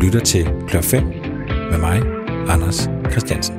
lytter til Klør 5 med mig, Anders Christiansen.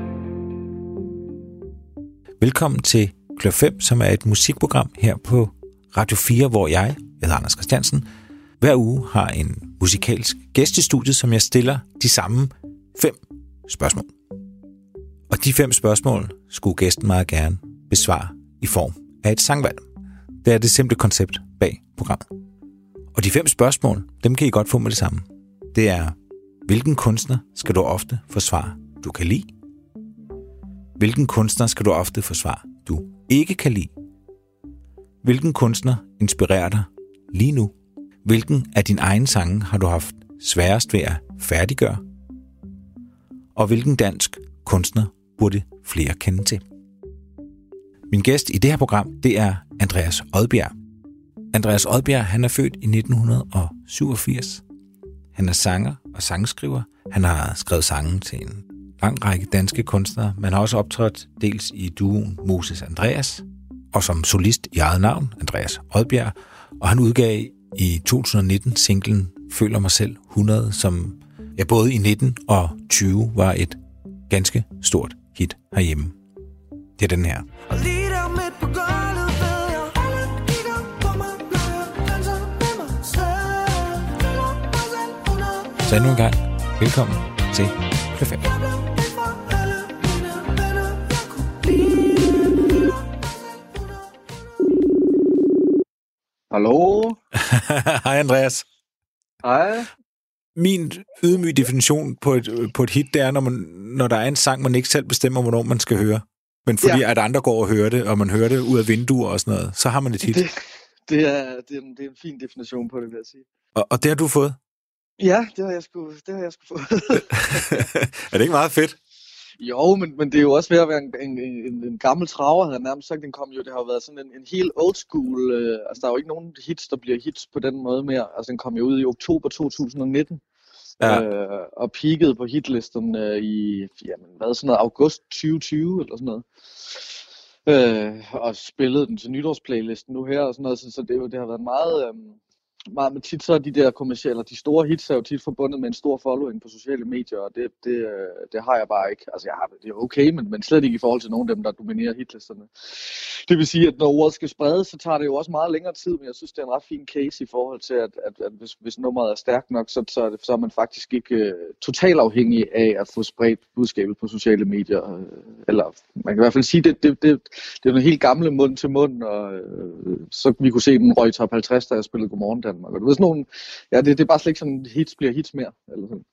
Velkommen til Klør 5, som er et musikprogram her på Radio 4, hvor jeg hedder Anders Christiansen, hver uge har en musikalsk gæst i studiet, som jeg stiller de samme 5 spørgsmål. Og de 5 spørgsmål skulle gæsten meget gerne besvare i form af et sangvalg. Det er det simple koncept bag programmet. Og de 5 spørgsmål, dem kan I godt få med det samme. Det er, hvilken kunstner skal du ofte forsvare, du kan lide? Hvilken kunstner skal du ofte forsvare, du ikke kan lide? Hvilken kunstner inspirerer dig lige nu? Hvilken af dine egne sange har du haft sværest ved at færdiggøre? Og hvilken dansk kunstner burde flere kende til? Min gæst i det her program, det er Andreas Odbjerg. Andreas Odbjerg, han er født i 1987. Han er sanger og sangskriver. Han har skrevet sange til en lang række danske kunstnere. Man har også optrådt dels i duoen Moses Andreas, og som solist i eget navn, Andreas Odbjerg. Og han udgav i 2019 singlen Føler mig selv 100, som både i 19 og 20 var et ganske stort hit herhjemme. Det er den her. Så endnu en gang, velkommen til Klør 5. Hallo? Hej Andreas. Hej. Min ydmyge definition på et hit, det er, når der er en sang, man ikke selv bestemmer, hvornår man skal høre. Men fordi at andre går og hører det, og man hører det ud af vinduer og sådan noget, så har man et hit. Det er en fin definition på det, vil jeg sige. Og det har du fået? Ja, det har jeg sgu fået. Er det ikke meget fedt? Jo, men det er jo også ved at være en gammel traver, havde jeg nærmest sagt. Det har jo været sådan en helt old school. Altså, der er jo ikke nogen hits, der bliver hits på den måde mere. Altså, den kom jo ud i oktober 2019. Ja. Og peakede på hitlisten i sådan noget, august 2020 eller sådan noget. Og spillede den til nytårsplaylisten nu her og sådan noget. Så det har været meget... Men tit så er de der kommercielle, de store hits er jo tit forbundet med en stor following på sociale medier, og det har jeg bare ikke. Altså det er okay, men slet ikke i forhold til nogle af dem, der dominerer hitlisterne. Det vil sige, at når ordet skal spredes, så tager det jo også meget længere tid, men jeg synes, det er en ret fin case i forhold til, at hvis nummeret er stærkt nok, så er man faktisk ikke totalt afhængig af at få spredt budskabet på sociale medier. Eller man kan i hvert fald sige, det er nogle helt gamle mund til mund, og så vi kunne se den røg top 50, da jeg spillede Godmorgen Danmark. Og du ved sådan nogle, det er bare slet ikke sådan, hits bliver hits mere. Eller sådan.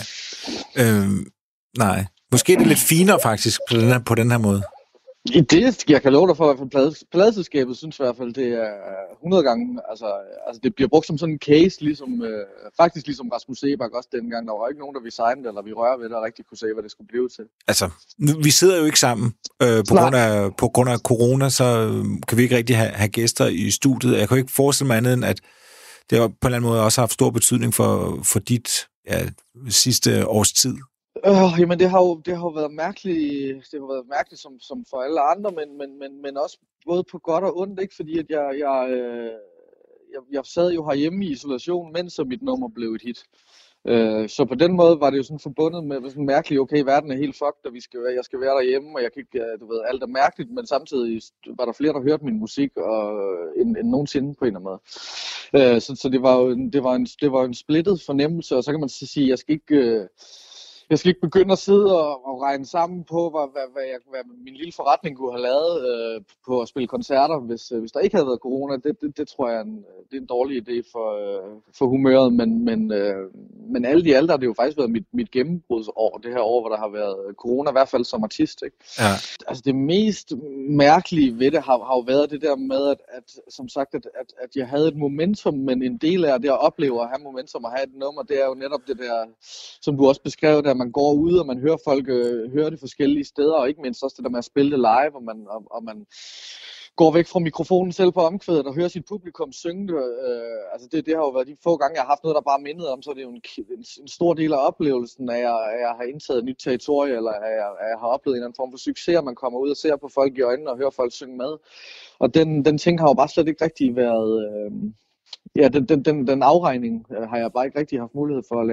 Nej. Måske er det lidt finere faktisk på den her måde. Jeg kan love dig for, at pladeselskabet synes i hvert fald, det er 100 gange, altså det bliver brugt som sådan en case, ligesom, faktisk ligesom Rasmus Seebach også dengang. Der var ikke nogen, der ville signe det, eller vi rører ved det, og rigtig kunne se, hvad det skulle blive til. Altså, vi sidder jo ikke sammen på grund af corona, så kan vi ikke rigtig have gæster i studiet. Jeg kan jo ikke forestille mig andet end, at det har på en eller anden måde også haft stor betydning for dit sidste års tid. Jamen det har jo været mærkeligt. Det har været mærkeligt som for alle andre, men også både på godt og ondt, ikke? Fordi at jeg sad jo herhjemme i isolation, mens mit nummer blev et hit. Så på den måde var det jo sådan forbundet med sådan mærkeligt, okay, verden er helt fucked, og jeg skal være derhjemme, og jeg kan ikke, alt er mærkeligt, men samtidig var der flere, der hørte min musik end nogensinde på en eller anden måde. Så det var en splittet fornemmelse, og så kan man sige, jeg skal ikke begynde at sidde og regne sammen på, hvad min lille forretning kunne have lavet på at spille koncerter, hvis der ikke havde været corona. Det tror jeg det er en dårlig idé for humøret, men alt i alt har det jo faktisk været mit gennembrudsår, det her år, hvor der har været corona, i hvert fald som artist. Ikke? Ja. Altså det mest mærkelige ved det har jo været det der med, at jeg havde et momentum, men en del af det at opleve at have momentum og have et nummer, det er jo netop det der, som du også beskrev, der man går ud, og man hører folk høre det forskellige steder, og ikke mindst også det der med at spille det live, og man går væk fra mikrofonen selv på omkvædet og hører sit publikum synge det. Altså det har jo været de få gange, jeg har haft noget, der bare mindede om, så er det jo en stor del af oplevelsen af at have indtaget et nyt territorie, eller at jeg har oplevet en eller anden form for succes, at man kommer ud og ser på folk i øjnene og hører folk synge med. Og den ting har jo bare slet ikke rigtig været... den afregning har jeg bare ikke rigtig haft mulighed for at lave.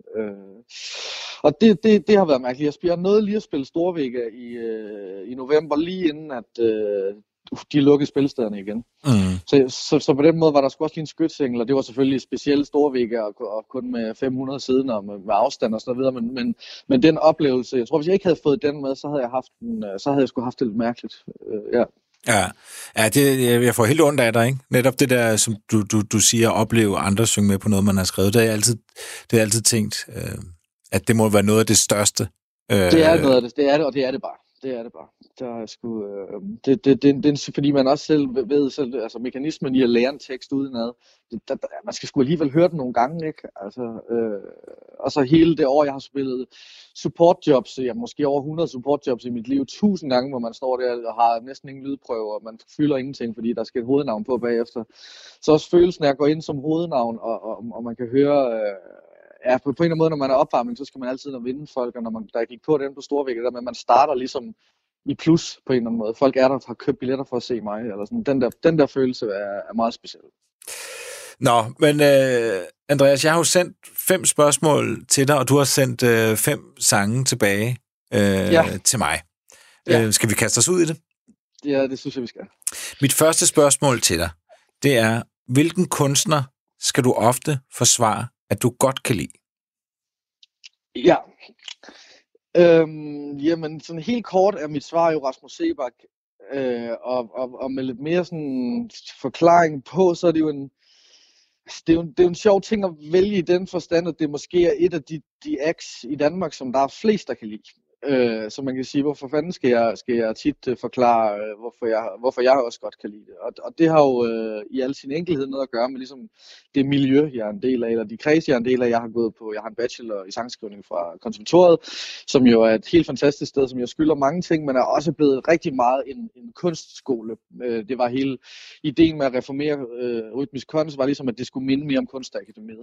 Og det har været mærkeligt. Jeg nåede lige at spille Storvega i november, lige inden at de lukkede spilstederne igen. Så på den måde var der sgu også lige en skytsengel, og det var selvfølgelig specielt Storvega og kun med 500 sider og med afstand og så videre. Men den oplevelse, jeg tror, hvis jeg ikke havde fået den med, så havde jeg sgu haft det lidt mærkeligt. Ja. Ja, jeg får helt ondt af dig, ikke? Netop det der, som du siger, at opleve andre synge med på noget, man har skrevet. Det har jeg altid tænkt, at det må være noget af det største. Det er noget af det, og det er det bare. Det er det bare. Der er sgu, det, fordi man også selv ved, altså mekanismen i at lære en tekst udenad, man skal sgu alligevel høre den nogle gange, ikke? Altså, og så hele det år, jeg har spillet supportjobs, måske over 100 supportjobs i mit liv, 1000 gange, hvor man står der og har næsten ingen lydprøver, og man fylder ingenting, fordi der skal et hovednavn på bagefter. Så også følelsen af at gå ind som hovednavn, og man kan høre... Ja, på en eller anden måde, når man er opvarmning, så skal man altid vinde folk, og når der gik på den på Storvega, der med, man starter ligesom i plus på en eller anden måde. Folk er der, har købt billetter for at se mig, eller sådan. Den der følelse er meget speciel. Nå, men Andreas, jeg har jo sendt 5 spørgsmål til dig, og du har sendt 5 sange tilbage til mig. Ja. Skal vi kaste os ud i det? Ja, det synes jeg, vi skal. Mit første spørgsmål til dig, det er, hvilken kunstner skal du ofte forsvare, at du godt kan lide? Ja. Jamen, sådan helt kort er mit svar jo Rasmus Seebach. Og med lidt mere sådan forklaring på, så er det jo det er jo en sjov ting at vælge i den forstand, at det måske er et af de acts i Danmark, som der er flest, der kan lide. Så man kan sige, hvorfor fanden skal jeg tit forklare, hvorfor jeg også godt kan lide det. Og det har jo i al sin enkelhed noget at gøre med ligesom det miljø, jeg er en del af, eller de kreds, jeg er en del af. Jeg har en bachelor i sangskrivning fra konservatoriet, som jo er et helt fantastisk sted, som jeg skylder mange ting, men er også blevet rigtig meget en kunstskole. Det var hele ideen med at reformere rytmisk kunst, var ligesom, at det skulle minde mere om Kunstakademiet.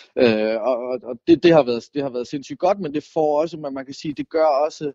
Og det har været sindssygt godt, men det får også, man kan sige, det gør også,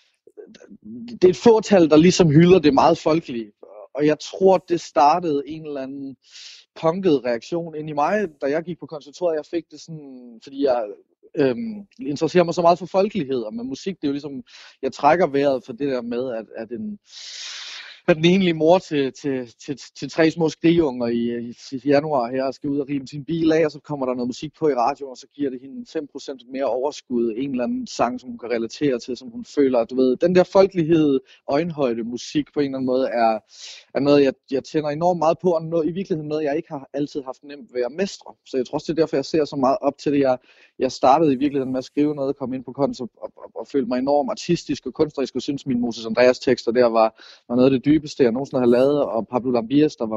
det er et fåtal, der ligesom hylder det meget folkelige, og jeg tror, det startede en eller anden punket reaktion ind i mig, da jeg gik på konservatoriet. Jeg fik det sådan, fordi jeg interesserer mig så meget for folkelighed, og med musik, det er jo ligesom, jeg trækker vejret for det der med, at den enlige mor til 3 små skrigunger i januar her skal ud og rive sin bil af, og så kommer der noget musik på i radioen, og så giver det hende 5% mere overskud, en eller anden sang, som hun kan relatere til, som hun føler, du ved, den der folkelighed, øjenhøjde musik på en eller anden måde er noget, jeg tænder enormt meget på, og i virkeligheden noget, jeg ikke har altid haft nemt ved at mestre. Så jeg tror også, det er derfor, jeg ser så meget op til det. Jeg startede i virkeligheden med at skrive noget, komme ind på kunst og følte mig enormt artistisk og kunstnerisk, og synes min Moses Andreas tekster der var noget af det dybeste, jeg nogensinde har lavet, og Pablo Lambias, der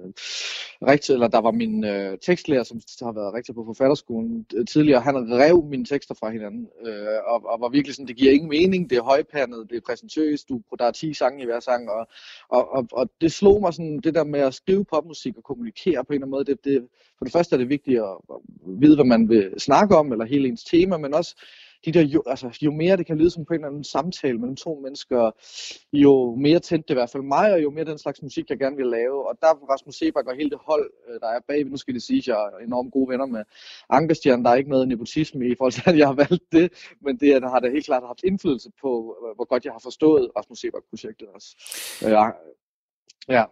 var min tekstlærer, som har været rektor på forfatterskolen tidligere, han rev mine tekster fra hinanden, og var virkelig sådan, det giver ingen mening, det er højpandet, det er præsentøst, der er 10 sange i hver sang, og det slog mig sådan, det der med at skrive popmusik og kommunikere på en eller anden måde, for det første er det vigtigt at vide, hvad man vil snakke om, eller hele ens tema, men også jo mere det kan lyde som på en eller anden samtale mellem 2 mennesker, jo mere tændte det i hvert fald mig, og jo mere den slags musik, jeg gerne vil lave. Og der var Rasmus Seebach og hele det hold, der er bag. Nu skal det sige, at jeg er enormt gode venner med Ankerstjerne. Der er ikke noget nepotisme i forhold til, at jeg har valgt det, men det har da helt klart haft indflydelse på, hvor godt jeg har forstået Rasmus Seebach-projektet også. Ja.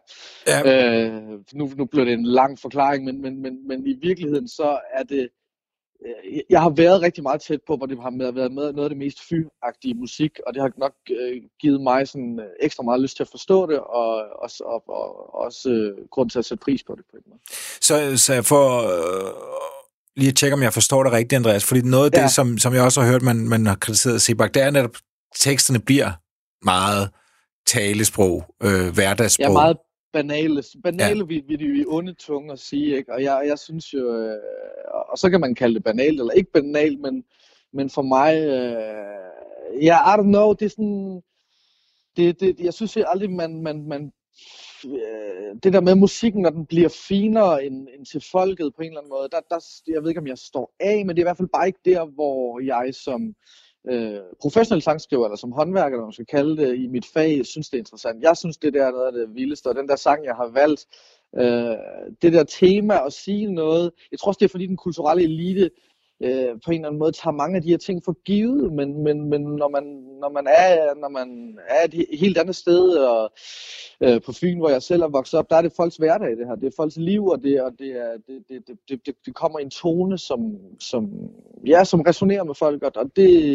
Nu blev det en lang forklaring, men i virkeligheden så er det, jeg har været rigtig meget tæt på, hvor det har været noget af det mest fy-agtige musik, og det har nok givet mig sådan ekstra meget lyst til at forstå det, og også grund til at sætte pris på det på en måde. Så jeg får lige at tjekke, om jeg forstår det rigtigt, Andreas, fordi noget af det, som jeg også har hørt, man har kritiseret Seebach, det er netop, teksterne bliver meget talesprog, hverdagssprog. Ja, meget banale vil de onde tunge at sige, ikke? Og jeg synes jo, og så kan man kalde det banalt eller ikke banalt, men for mig, I don't know, det er sådan, jeg synes aldrig, man det der med musikken, når den bliver finere end til folket på en eller anden måde, jeg ved ikke, om jeg står af, men det er i hvert fald bare ikke der, hvor jeg som professionel sangskriver, eller som håndværker, eller man skal kalde det, i mit fag, synes det er interessant. Jeg synes, det der er noget af det vildeste, og den der sang, jeg har valgt, det der tema at sige noget, jeg tror også, det er fordi den kulturelle elite på en eller anden måde tager mange af de her ting for givet, men når man er et helt andet sted, og på Fyn, hvor jeg selv er vokset op, der er det folks hverdag, det her. Det er folks liv, og det kommer i en tone, som resonerer med folk, og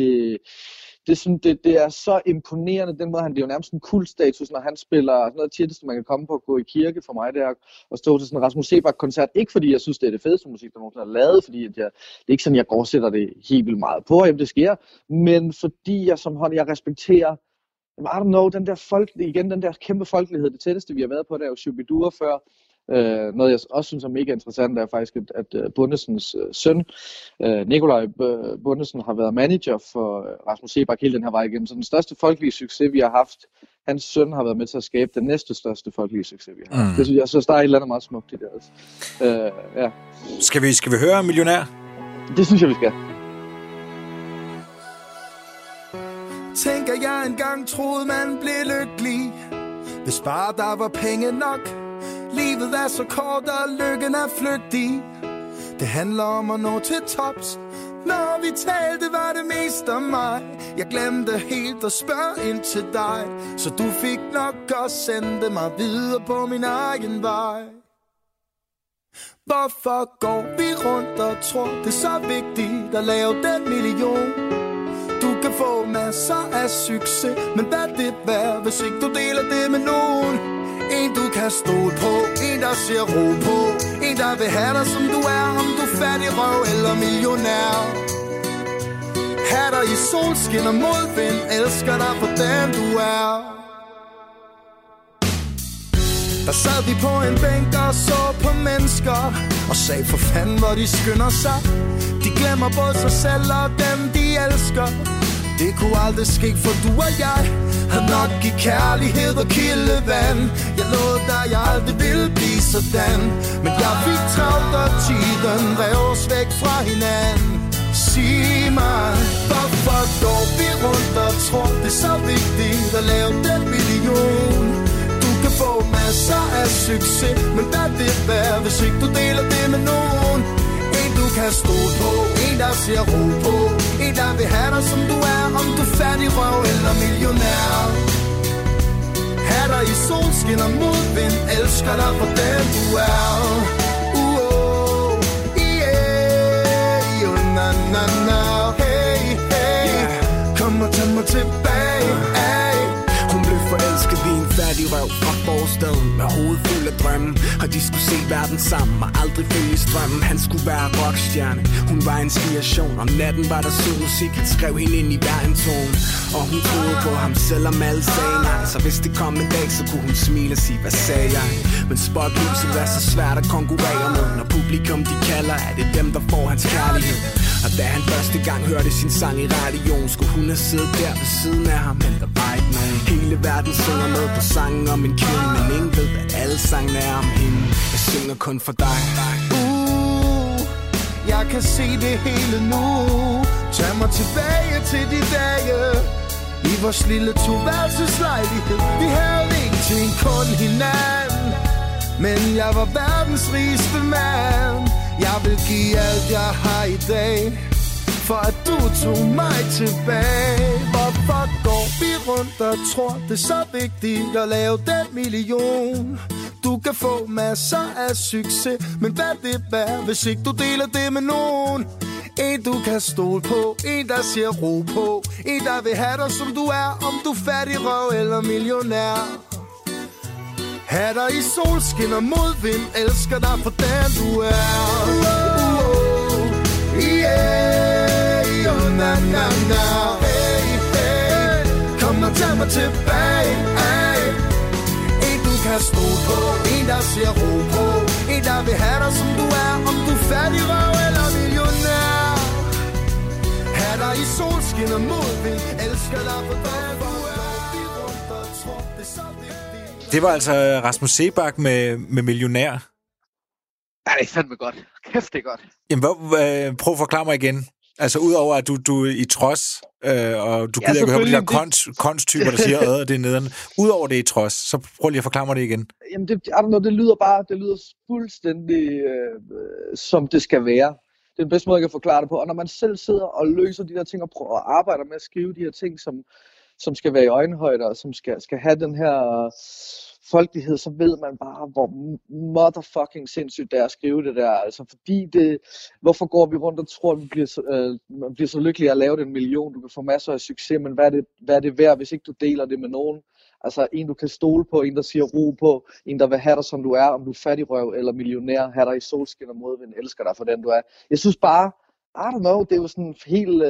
det er så imponerende, den måde, han bliver jo nærmest en kultstatus, når han spiller sådan noget tætteste, man kan komme på at gå i kirke for mig, det er at stå til sådan en Rasmus Seebach-koncert, ikke fordi jeg synes, det er det fedeste musik, der nogensinde er lavet, fordi det er ikke sådan, jeg går og sætter det helt vildt meget på, det sker, men fordi jeg respekterer, I don't know, den der kæmpe folkelighed, det tætteste, vi har været på, det er jo Shubidua før. Noget jeg også synes er mega interessant er faktisk, at Bundesens søn, Nikolaj Bundesen, har været manager for Rasmus Seebach hele den her vej igennem. Så den største folkelige succes, vi har haft, hans søn har været med til at skabe den næste største folkelige succes, vi har haft. Det synes jeg, så der er et eller andet meget smukt i det også. Ja. Skal vi høre Millionær? Det synes jeg, vi skal. Tænker jeg engang troede, man blev lykkelig, hvis bare der var penge nok. Livet er så kort, og lykken er flygtig. Det handler om at nå til tops. Når vi talte, var det mest om mig. Jeg glemte helt at spørge ind til dig, så du fik nok og sendte mig videre på min egen vej. Hvorfor går vi rundt og tror, det er så vigtigt at lave den million? Du kan få masser af succes, men hvad det værd, hvis ikke du deler det med nogen? En du kan stole på, en der siger ro på, en der vil have dig som du er, om du er fattig røv eller millionær. Ha' dig i solskin og modvind, elsker dig for den du er. Der sad vi på en bænk og så på mennesker, og sagde for fanden hvor de skynder sig. De glemmer både sig selv og dem de elsker. Det kunne aldrig ske, for du og jeg havde nok i kærlighed og kildevand. Jeg lovede dig, jeg aldrig ville blive sådan, men jeg fik travlt, og tiden rev os væk fra hinanden. Sig mig, hvorfor går vi rundt og tror, det er så vigtigt at lave den million? Du kan få masser af succes, men hvad det værd, hvis ikke du deler det med nogen? En du kan stole på, en der siger ro på, en der vil have dig som du er, om du er fattig røv eller millionær. Ha' dig i solskin og modvind, elsker dig for den du er. Yeah, na na na, hey, hey, kom og tag mig tilbage, ay. Hun blev forelsket i en fattig røv fra forstaden med hovedet fuld af drømme, og de skulle se verden sammen og aldrig følge strømmen. Han skulle være rockstjerne, hun var inspiration. Om natten var der sød musik, han skrev hende ind i hver en tone. Og hun troede på ham selvom alle sagde nej. Så hvis det kom en dag, så kunne hun smile og sige, hvad sagde jeg? Men spotlyset er så svært at konkurrere med. Når publikum de kalder, er det dem der får hans kærlighed. Og da han første gang hørte sin sang i radioen, skulle hun have siddet der ved siden af ham, men der var ikke nogen. Hele verden synger med på sangen om en kvinde, men ingen ved, at alle sangene er om hende. Jeg synger kun for dig. Jeg kan se det hele nu. Tag mig tilbage til de dage i vores lille toværelseslejlighed. Vi havde ingenting, kun hinanden, men jeg var verdens rigeste mand. Jeg vil give alt jeg har i dag, for at du tog mig tilbage. Hvorfor går vi rundt og tror, det er så vigtigt at lave den million? Du kan få masser af succes, men hvad det værd, hvis ikke du deler det med nogen? En du kan stole på, en der siger ro på, en der vil have dig som du er, om du er fattig røv eller millionær. Ha' dig i solskin og modvind, elsker dig for den du er. Yeah, na na na, hey, hey, kom og tag mig tilbage, ay. En du kan stole på, en der siger ro på, en der vil have dig som du er, om du er fattig røv eller millionær. Ha' dig i solskin og modvind, elsker dig for den du er. Det var altså Rasmus Seebach med Millionær. Ja, det er fandme godt. Kæft, det er godt. Jamen, prøv at forklare mig igen. Altså, udover at du i trods, og du gider ikke høre på de der konsttyper, der siger, det er nederen. Udover det i trods, så prøv lige at forklare mig det igen. Jamen, det lyder fuldstændig, som det skal være. Det er den bedste måde, jeg kan forklare det på. Og når man selv sidder og løser de der ting, og prøver at arbejde med at skrive de her ting, som skal være i øjenhøjde, og som skal have den her folkelighed, så ved man bare, hvor motherfucking sindssygt det er at skrive det der. Altså, fordi hvorfor går vi rundt og tror, at vi bliver så lykkelige at lave det 1 million? Du kan få masser af succes, men hvad er det værd, hvis ikke du deler det med nogen? Altså en, du kan stole på, en, der siger ro på, en, der vil have dig, som du er, om du er fattigrøv eller millionær, have dig i solskin og modvind, elsker dig for den, du er. Jeg synes bare, I don't know, det er jo sådan helt...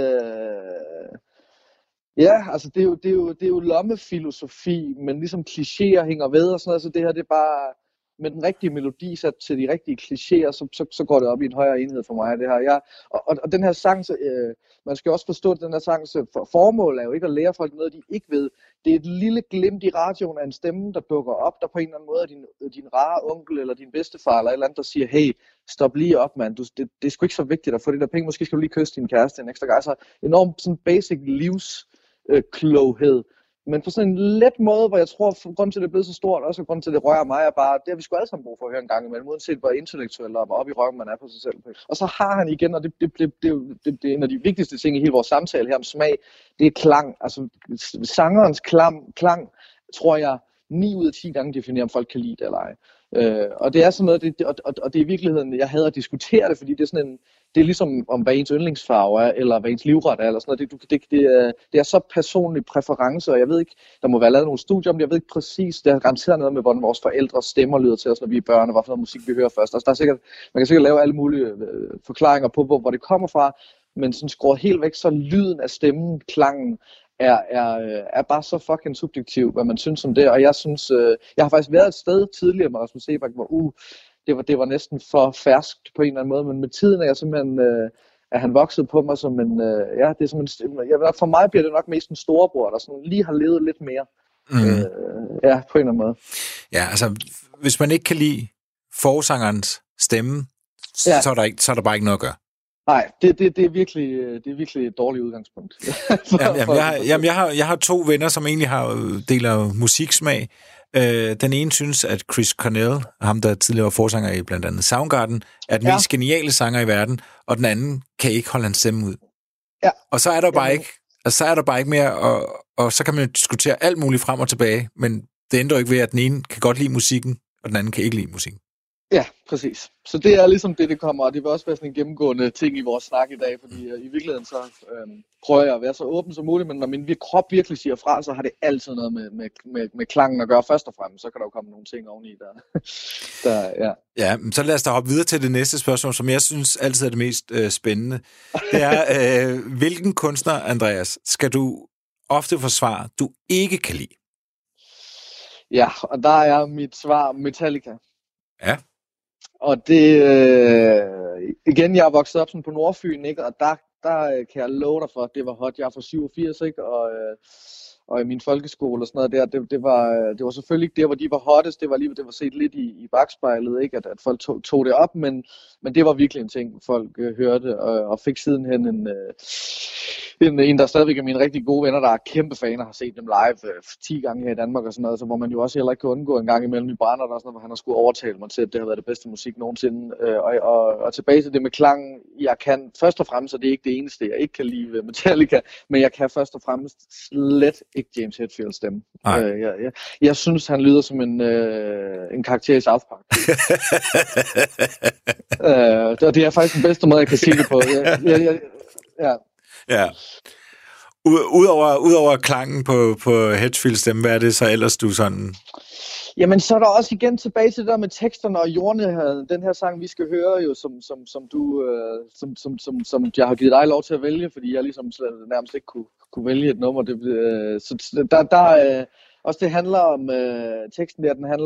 Ja, altså det er jo lommefilosofi, men ligesom klichéer hænger ved og sådan noget, så det her, det er bare med den rigtige melodi sat til de rigtige klichéer, så går det op i en højere enhed for mig, det her. Og den her sang, man skal også forstå, at den her sang, formål er jo ikke at lære folk noget, de ikke ved. Det er et lille glimt i radioen af en stemme, der dukker op, der på en eller anden måde er din rare onkel eller din bedstefar eller et eller andet, der siger, hey, stop lige op, mand. Det er sgu ikke så vigtigt at få det der penge. Måske skal du lige kysse din kæreste en ekstra gang. Altså enormt sådan basic livskloghed. Men på sådan en let måde, hvor jeg tror, grund til det er blevet så stort, også grund til det rører mig, er bare, det har vi sgu alle sammen brug for at høre en gang imellem, uanset hvor intellektuelt og hvor op i røven man er på sig selv. Og så har han igen, og det er en af de vigtigste ting i hele vores samtale her om smag, det er klang. Altså sangerens klang, tror jeg, 9 ud af 10 gange definerer, om folk kan lide det eller ej. Og det er sådan noget, og det er i virkeligheden, jeg hader at diskutere det, fordi det er sådan en, det er ligesom om hvad ens yndlingsfarve er, eller hvad ens livret er, eller sådan noget. Det er så personlig præference, og jeg ved ikke, der må være lavet nogle studier om det, jeg ved ikke præcis, det har garanteret noget med, hvordan vores forældres stemmer lyder til os, når vi er børn, og hvad for noget musik vi hører først. Altså, man kan sikkert lave alle mulige forklaringer på, hvor det kommer fra, men sådan skruet helt væk, så lyden af stemmen, klangen, er bare så fucking subjektiv, hvad man synes om det, og jeg synes, jeg har faktisk været et sted tidligere med Rasmus Seebach, hvor det var næsten for ferskt på en eller anden måde, men med tiden er jeg simpelthen, er han vokset på mig som en, det er som en, for mig bliver det nok mest en storebror, der sådan lige har levet lidt mere, på en eller anden måde. Ja, altså, hvis man ikke kan lide forsangerens stemme, så er der bare ikke noget at gøre. Nej, det er virkelig et dårligt udgangspunkt. Jeg har 2 venner, som egentlig deler musiksmag. Den ene synes, at Chris Cornell, ham der tidligere var forsanger i blandt andet Soundgarden, er den mest geniale sanger i verden, og den anden kan ikke holde hans stemme ud. Ja. Og så er der bare ikke mere, og så kan man diskutere alt muligt frem og tilbage, men det ændrer ikke ved, at den ene kan godt lide musikken, og den anden kan ikke lide musikken. Ja, præcis. Så det er ligesom det kommer, og det vil også være sådan en gennemgående ting i vores snak i dag, fordi i virkeligheden så prøver jeg at være så åben som muligt, men når min krop virkelig siger fra, så har det altid noget med klangen at gøre først og fremmest, så kan der jo komme nogle ting oveni der. Ja, så lad os da hoppe videre til det næste spørgsmål, som jeg synes altid er det mest spændende. Det er, hvilken kunstner, Andreas, skal du ofte forsvare, du ikke kan lide? Ja, og der er mit svar Metallica. Ja. Og det, igen, jeg er vokset op sådan på Nordfyn, ikke? Og der kan jeg love dig for, at det var hot. Jeg er fra 87, ikke? Og i min folkeskole og sådan noget der, det var selvfølgelig ikke der, hvor de var hottest. Det var set lidt i bagspejlet, ikke? At folk tog det op, men det var virkelig en ting, folk hørte, og fik sidenhen en, der stadigvæk er mine rigtig gode venner, der er kæmpe faner, har set dem live 10 gange her i Danmark og sådan noget, så hvor man jo også heller ikke kan undgå en gang imellem i Brænder, der er sådan noget, hvor han har skulle overtale mig til, at det har været det bedste musik nogensinde. Og tilbage til det med klang, jeg kan først og fremmest, og det er ikke det eneste, jeg ikke kan lide ved Metallica, men jeg kan først og fremmest slet ikke James Hetfields stemme. Jeg synes, han lyder som en karakter i South Park. Og det er faktisk den bedste måde, jeg kan sige det på. Ja. Udover klangen på Hetfields stemme, hvad er det så ellers du sådan... Jamen, så er der også igen tilbage til det der med teksterne og jordene. Den her sang, vi skal høre jo, som jeg har givet dig lov til at vælge, fordi jeg ligesom nærmest ikke kunne vælge et nummer. Så der også det handler om teksten der, den handler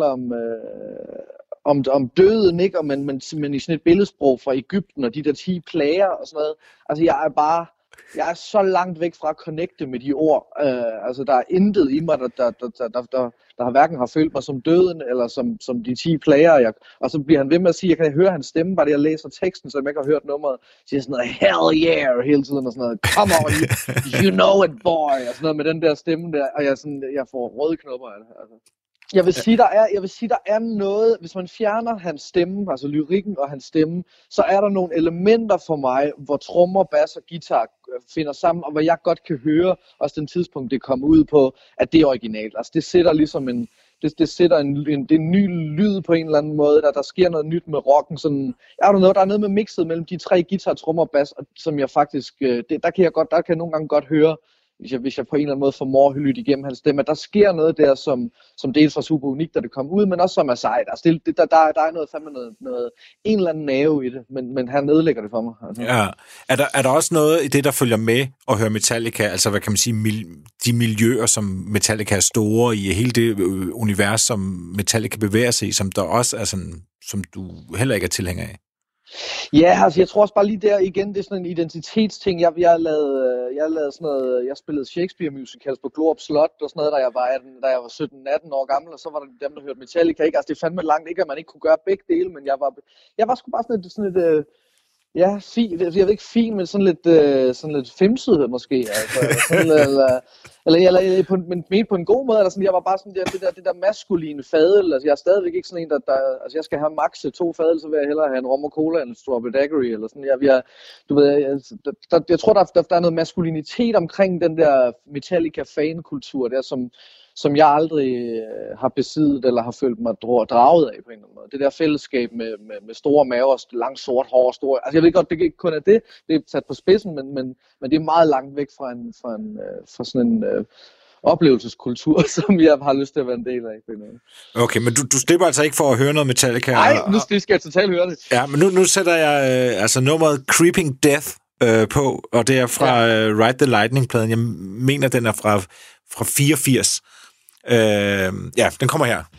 om døden, ikke? Men i sådan et billedsprog fra Egypten og de der 10 plager og sådan noget. Altså, jeg er så langt væk fra at connecte med de ord. Altså, der er intet i mig, der hverken har følt mig som døden, eller som de 10 plager. Og så bliver han ved med at sige, jeg kan høre hans stemme, bare det jeg læser teksten, så jeg ikke har hørt nummeret. Siger sådan noget, hell yeah, hele tiden, og sådan noget, come on, you know it, boy, og sådan noget med den der stemme der. Og jeg får røde knopper af det. Altså. Jeg vil sige, der er noget, hvis man fjerner hans stemme, altså lyrikken og hans stemme, så er der nogle elementer for mig, hvor trommer, bass og guitar finder sammen, og hvor jeg godt kan høre, også den tidspunkt, det kommer ud på, at det er originalt. Altså det sætter ligesom det sætter en ny lyd på en eller anden måde, der sker noget nyt med rocken. Sådan, der er noget med mixet mellem de 3 guitar, trommer og bass, som jeg faktisk, der kan jeg nogle gange godt høre, hvis jeg på en eller anden måde formår at lytte igennem hans stemme, at der sker noget der, som dels var super unikt, da det kom ud, men også som er sejt. Altså der er noget fandme noget en eller anden nerve i det, men han nedlægger det for mig. Altså. Ja. Er der også noget i det, der følger med at høre Metallica, altså hvad kan man sige, de miljøer, som Metallica er store i, hele det univers, som Metallica bevæger sig i, som der også er sådan, som du heller ikke er tilhænger af? Ja, altså jeg tror også bare lige der igen, det er sådan en identitetsting. Jeg lavede sådan noget, jeg spillede Shakespeare musicals på Glorup Slot og sådan noget, da jeg var 17-18 år gammel, og så var der dem, der hørte Metallica, ikke? Altså det fandme langt, ikke at man ikke kunne gøre begge dele, men jeg var sgu bare sådan et ja, jeg ved ikke fin, men sådan lidt femset måske, altså, eller på en god måde, eller sådan, jeg var bare sådan det der maskuline fadel, altså jeg er stadigvæk ikke sådan en, altså jeg skal have max 2 fadel, så vil jeg hellere have en rom og cola end en strawberry daiquiri, eller sådan, jeg tror, der er noget maskulinitet omkring den der Metallica fankultur der, som jeg aldrig har besiddet eller har følt mig draget af på en eller anden måde. Det der fællesskab med store maver, langt sort hår, store... Altså jeg ved godt, det ikke kun er det er sat på spidsen, men det er meget langt væk fra sådan en oplevelseskultur, som jeg har lyst til at være en del af. Okay, men du slipper altså ikke for at høre noget Metallica? Nej, nu skal jeg totalt høre det. Ja, men nu sætter jeg nummeret Creeping Death på, og det er fra Ride the Lightning-pladen. Jeg mener, den er fra 84. Ja, den kommer her.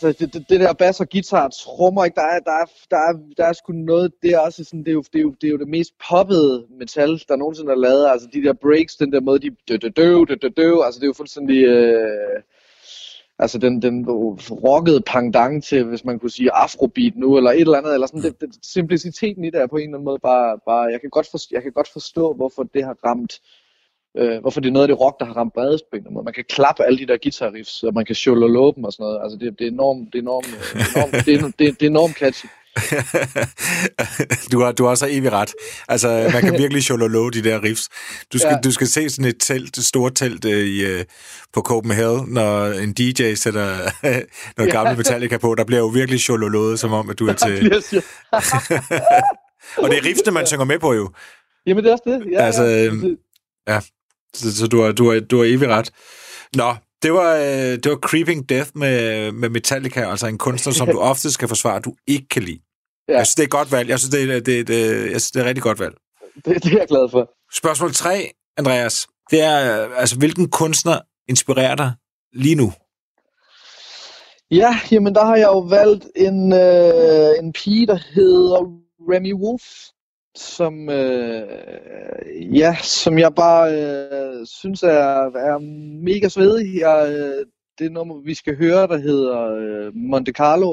altså det der bass og guitar, trommer, ikke? Der er sgu noget, det er også sådan, det er jo det mest poppede metal, der nogensinde er lavet, altså de der breaks, den der måde, altså det er jo fuldstændig, altså den rockede pendant til, hvis man kunne sige afrobeat nu, eller et eller andet, eller sådan, simpliciteten i det er på en eller anden måde bare jeg kan godt forstå, hvorfor det har ramt, hvorfor det er noget af det rock, der har ramt bredest på en eller anden måde. Man kan klappe alle de der guitar riffs, og man kan shololo dem og sådan noget. Altså det er enormt catchy. Du har også evig ret. Altså man kan virkelig shololo de der riffs. Du skal se sådan et stort telt på Copenhagen, når en DJ sætter noget gammel Metallica på. Der bliver jo virkelig shololoet, som om at du er til. Og det er riffene, man synger med på jo. Jamen det er også det. Ja. Så du har evig ret. Nå, det var Creeping Death med Metallica, altså en kunstner, som du ofte skal forsvare, du ikke kan lide. Ja. Jeg synes, det er et godt valg. Jeg synes, det er et rigtig godt valg. Det er jeg glad for. Spørgsmål 3, Andreas. Det er, altså, hvilken kunstner inspirerer dig lige nu? Ja, jamen der har jeg jo valgt en pige, der hedder Remy Wolf, som jeg bare synes er mega svedig. Det nummer, vi skal høre, der hedder Monte Carlo,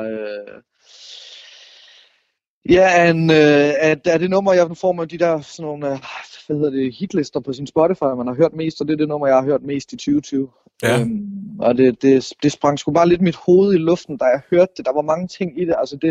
er det nummer, jeg får med de der sådan nogle, hitlister på sin Spotify, man har hørt mest, og det er det nummer, jeg har hørt mest i 2020. Ja. Og det sprang sgu bare lidt mit hoved i luften, da jeg hørte det. Der var mange ting i det, altså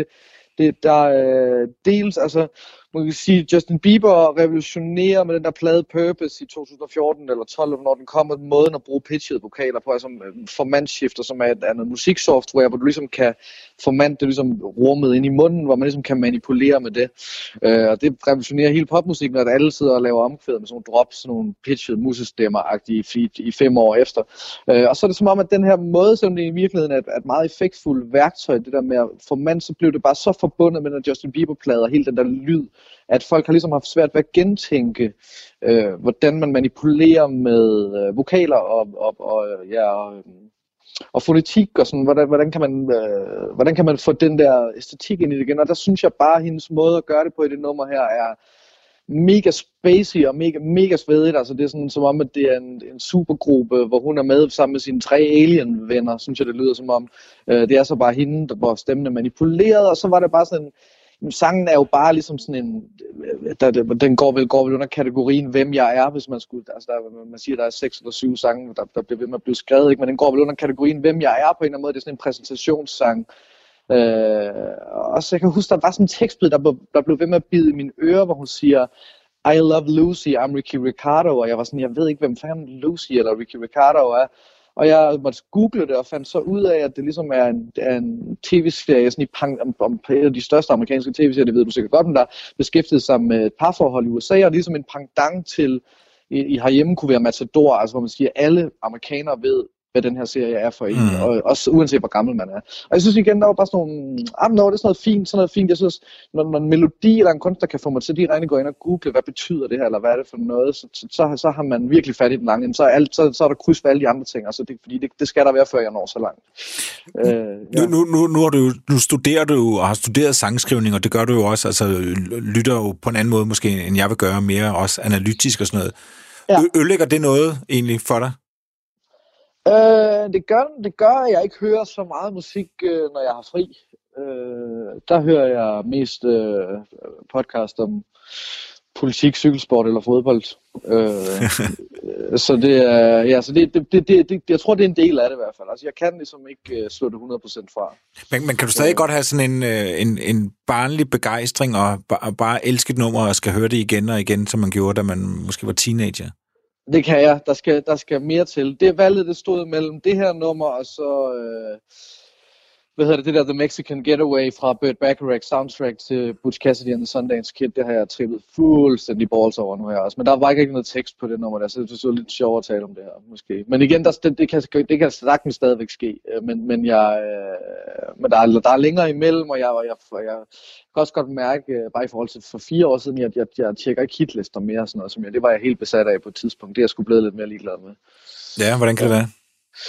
dels, altså, man kan sige, Justin Bieber revolutionerer med den der plade Purpose i 2014 eller 12, når den kommer, måden at bruge pitchede vokaler på, altså formandskifter, som er noget musiksoftware, hvor du ligesom kan formande det ligesom rummet ind i munden, hvor man ligesom kan manipulere med det. Og det revolutionerer hele popmusikken, at alle sidder og laver omkvæd med sådan nogle drops, sådan nogle pitchede musestemmer-agtige i 5 år efter. Og så er det som om, at den her måde, som det i virkeligheden er et meget effektfuldt værktøj, det der med at formande, så blev det bare så forbundet med den Justin Bieber-plade og hele den der lyd, at folk har ligesom haft svært ved at gentænke, hvordan man manipulerer med vokaler og fonetik og sådan, hvordan kan man få den der æstetik ind i det igen. Og der synes jeg bare, at hendes måde at gøre det på i det nummer her er mega spacey og mega svedigt. Altså det er sådan som om, at det er en supergruppe, hvor hun er med sammen med sine 3 alien-venner, synes jeg det lyder som om. Det er så bare hende, hvor stemmen er manipuleret, og så var det bare sådan sangen er jo bare ligesom sådan en, den går vel under kategorien, hvem jeg er, hvis man skulle, altså man siger, der er 6 eller 7 sange, der bliver ved med at blive skrevet, ikke? Men den går vel under kategorien, hvem jeg er på en eller anden måde, det er sådan en præsentationssang. Og så jeg kan huske, der var sådan en tekstbid, der blev ved med at bide i mine ører, hvor hun siger, I love Lucy, I'm Ricky Ricardo, og jeg var sådan, jeg ved ikke, hvem fanden Lucy eller Ricky Ricardo er. Og jeg måtte google det og fandt så ud af, at det ligesom er en tv-serie sådan om en af de største amerikanske tv-serier, det ved du sikkert godt, men der beskæftigede sig med et parforhold i USA, og ligesom en pendant til i herhjemme kunne være Matador, altså hvor man siger, at alle amerikanere ved, hvad den her serie er for en, og også uanset hvor gammel man er. Og jeg synes igen, der var bare sådan nogle, det er sådan noget fint, jeg synes, når en melodi eller en kunstner kan få mig til direkte gå ind og google, hvad betyder det her, eller hvad er det for noget, så har man virkelig fat i den lange ende, så er der kryds for alle de andre ting, altså fordi det skal der være, før jeg når så langt. Nu studerer du og har studeret sangskrivning, og det gør du jo også, altså lytter jo på en anden måde måske, end jeg vil gøre, mere også analytisk og sådan noget. Ja. Ødelægger det noget egentlig for dig? Det gør, at jeg ikke hører så meget musik, når jeg har fri. Der hører jeg mest podcast om politik, cykelsport eller fodbold. Så det er, jeg tror, det er en del af det i hvert fald. Altså, jeg kan ligesom ikke slå det 100% fra. Men kan du stadig godt have sådan en barnlig begejstring og bare elske et nummer og skal høre det igen og igen, som man gjorde, da man måske var teenager? Det kan jeg. Der skal mere til. Det valget, det stod mellem det her nummer og så det der The Mexican Getaway fra Burt Bacharach soundtrack til Butch Cassidy and the Sundance Kid. Det har jeg trippet fuldstændig balls over nu her også. Men der var ikke noget tekst på det nummer der, så det er lidt sjovt at tale om det her måske. Men igen, det kan sagtens stadigvæk ske. Men der er længere imellem, og jeg kan også godt mærke, bare i forhold til for 4 år siden, at jeg tjekker ikke hitlister mere og sådan noget. Det var jeg helt besat af på et tidspunkt. Det er jeg sgu blevet lidt mere ligeglad med. Ja, hvordan kan det være?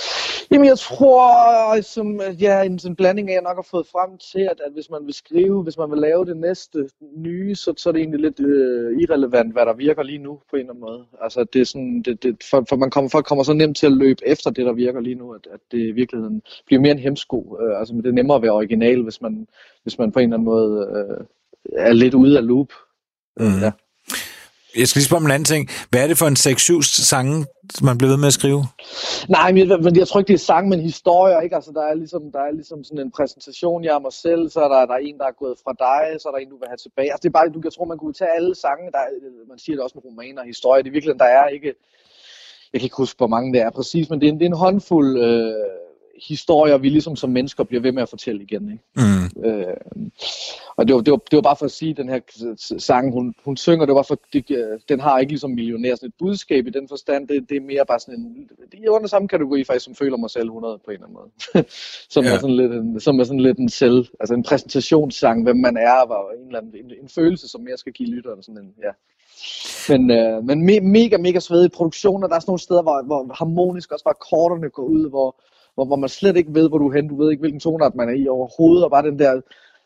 Jamen jeg tror, som en blanding af, jeg nok har fået frem til, at hvis man vil skrive, hvis man vil lave det næste nye, så er det egentlig lidt irrelevant, hvad der virker lige nu på en eller anden måde. Altså det er sådan, folk kommer så nemt til at løbe efter det, der virker lige nu, at det i virkeligheden bliver mere en hemsko. Altså det er nemmere at være original, hvis man på en eller anden måde er lidt ude af loop. Ja. Jeg skal lige spørge om en anden ting. Hvad er det for en 6-7 sange, man bliver ved med at skrive? Nej, men jeg tror ikke, det er sang, men historier, ikke? Altså, der er ligesom sådan en præsentation, jeg af mig selv, så er der en, der er gået fra dig, så er der en, du vil have tilbage. Altså, det er bare, jeg tror, man kunne tage alle sange, man siger det også med romaner og historier, det er virkelig, der er ikke, jeg kan ikke huske, hvor mange det er præcis, men det er en håndfuld historier, vi ligesom som mennesker bliver ved med at fortælle igen, ikke? Og det var bare for at sige, den her sang, hun synger, det var for, den har ikke ligesom millionær sådan et budskab i den forstand, det er mere bare sådan det er under samme kategori faktisk, som føler mig selv 100 på en eller anden måde. som er sådan lidt en altså en præsentationssang, hvem man er, var en eller anden en følelse, som mere skal give lytteren sådan en, ja. Men mega svedig produktion, og der er sådan nogle steder, hvor harmonisk også, hvor akkorderne går ud, hvor man slet ikke ved, hvor du er hen. Du ved ikke, hvilken tonart man er i overhovedet, og bare den der